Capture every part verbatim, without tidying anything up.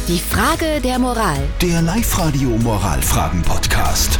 Die Frage der Moral. Der Live-Radio-Moralfragen-Podcast.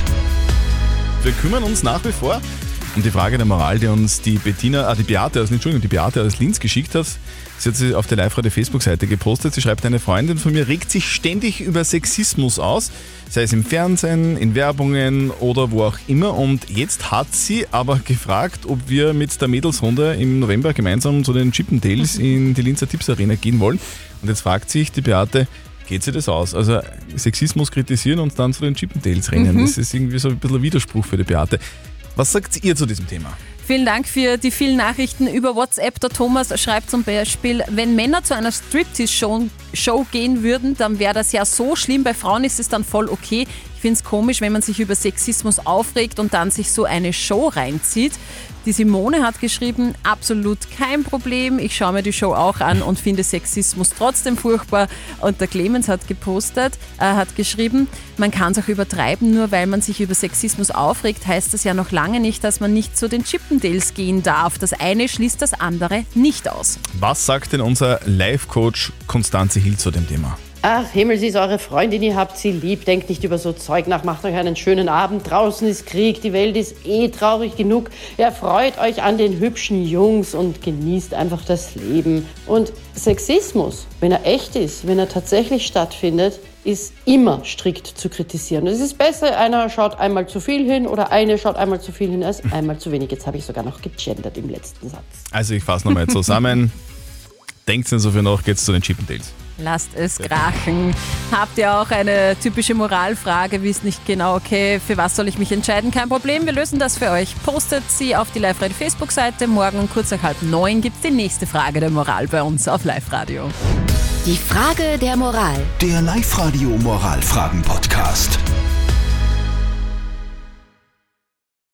Wir kümmern uns nach wie vor um die Frage der Moral, die uns die Bettina, ah, die Beate aus, Entschuldigung, die Beate aus Linz geschickt hat. Sie hat sie auf der Live-Radio-Facebook-Seite gepostet. Sie schreibt, eine Freundin von mir regt sich ständig über Sexismus aus, sei es im Fernsehen, in Werbungen oder wo auch immer. Und jetzt hat sie aber gefragt, ob wir mit der Mädelsrunde im November gemeinsam zu den Chippendales in die Linzer Tipps Arena gehen wollen. Und jetzt fragt sich die Beate, geht sie das aus? Also Sexismus kritisieren und dann zu den Chippendales rennen. Mhm. Das ist irgendwie so ein bisschen ein Widerspruch für die Beate. Was sagt ihr zu diesem Thema? Vielen Dank für die vielen Nachrichten über WhatsApp. Der Thomas schreibt zum Beispiel, wenn Männer zu einer Striptease-Show Show gehen würden, dann wäre das ja so schlimm. Bei Frauen ist es dann voll okay. Ich finde es komisch, wenn man sich über Sexismus aufregt und dann sich so eine Show reinzieht. Die Simone hat geschrieben, absolut kein Problem. Ich schaue mir die Show auch an und finde Sexismus trotzdem furchtbar. Und der Clemens hat gepostet, äh, hat geschrieben, man kann es auch übertreiben, nur weil man sich über Sexismus aufregt, heißt das ja noch lange nicht, dass man nicht zu den Chippendales gehen darf. Das eine schließt das andere nicht aus. Was sagt denn unser Life-Coach Konstanze Hill zu dem Thema? Ach, Himmel, sie ist eure Freundin, ihr habt sie lieb, denkt nicht über so Zeug nach, macht euch einen schönen Abend, draußen ist Krieg, die Welt ist eh traurig genug, erfreut euch an den hübschen Jungs und genießt einfach das Leben. Und Sexismus, wenn er echt ist, wenn er tatsächlich stattfindet, ist immer strikt zu kritisieren. Es ist besser, einer schaut einmal zu viel hin oder eine schaut einmal zu viel hin als einmal zu wenig. Jetzt habe ich sogar noch gegendert im letzten Satz. Also ich fasse nochmal zusammen, denkt nicht so viel nach, geht's zu den Chippendales. Lasst es krachen. Habt ihr auch eine typische Moralfrage? Wisst nicht genau, okay, für was soll ich mich entscheiden? Kein Problem, wir lösen das für euch. Postet sie auf die Live-Radio-Facebook-Seite. Morgen um kurz nach halb neun gibt es die nächste Frage der Moral bei uns auf Live-Radio. Die Frage der Moral. Der Live-Radio-Moralfragen-Podcast.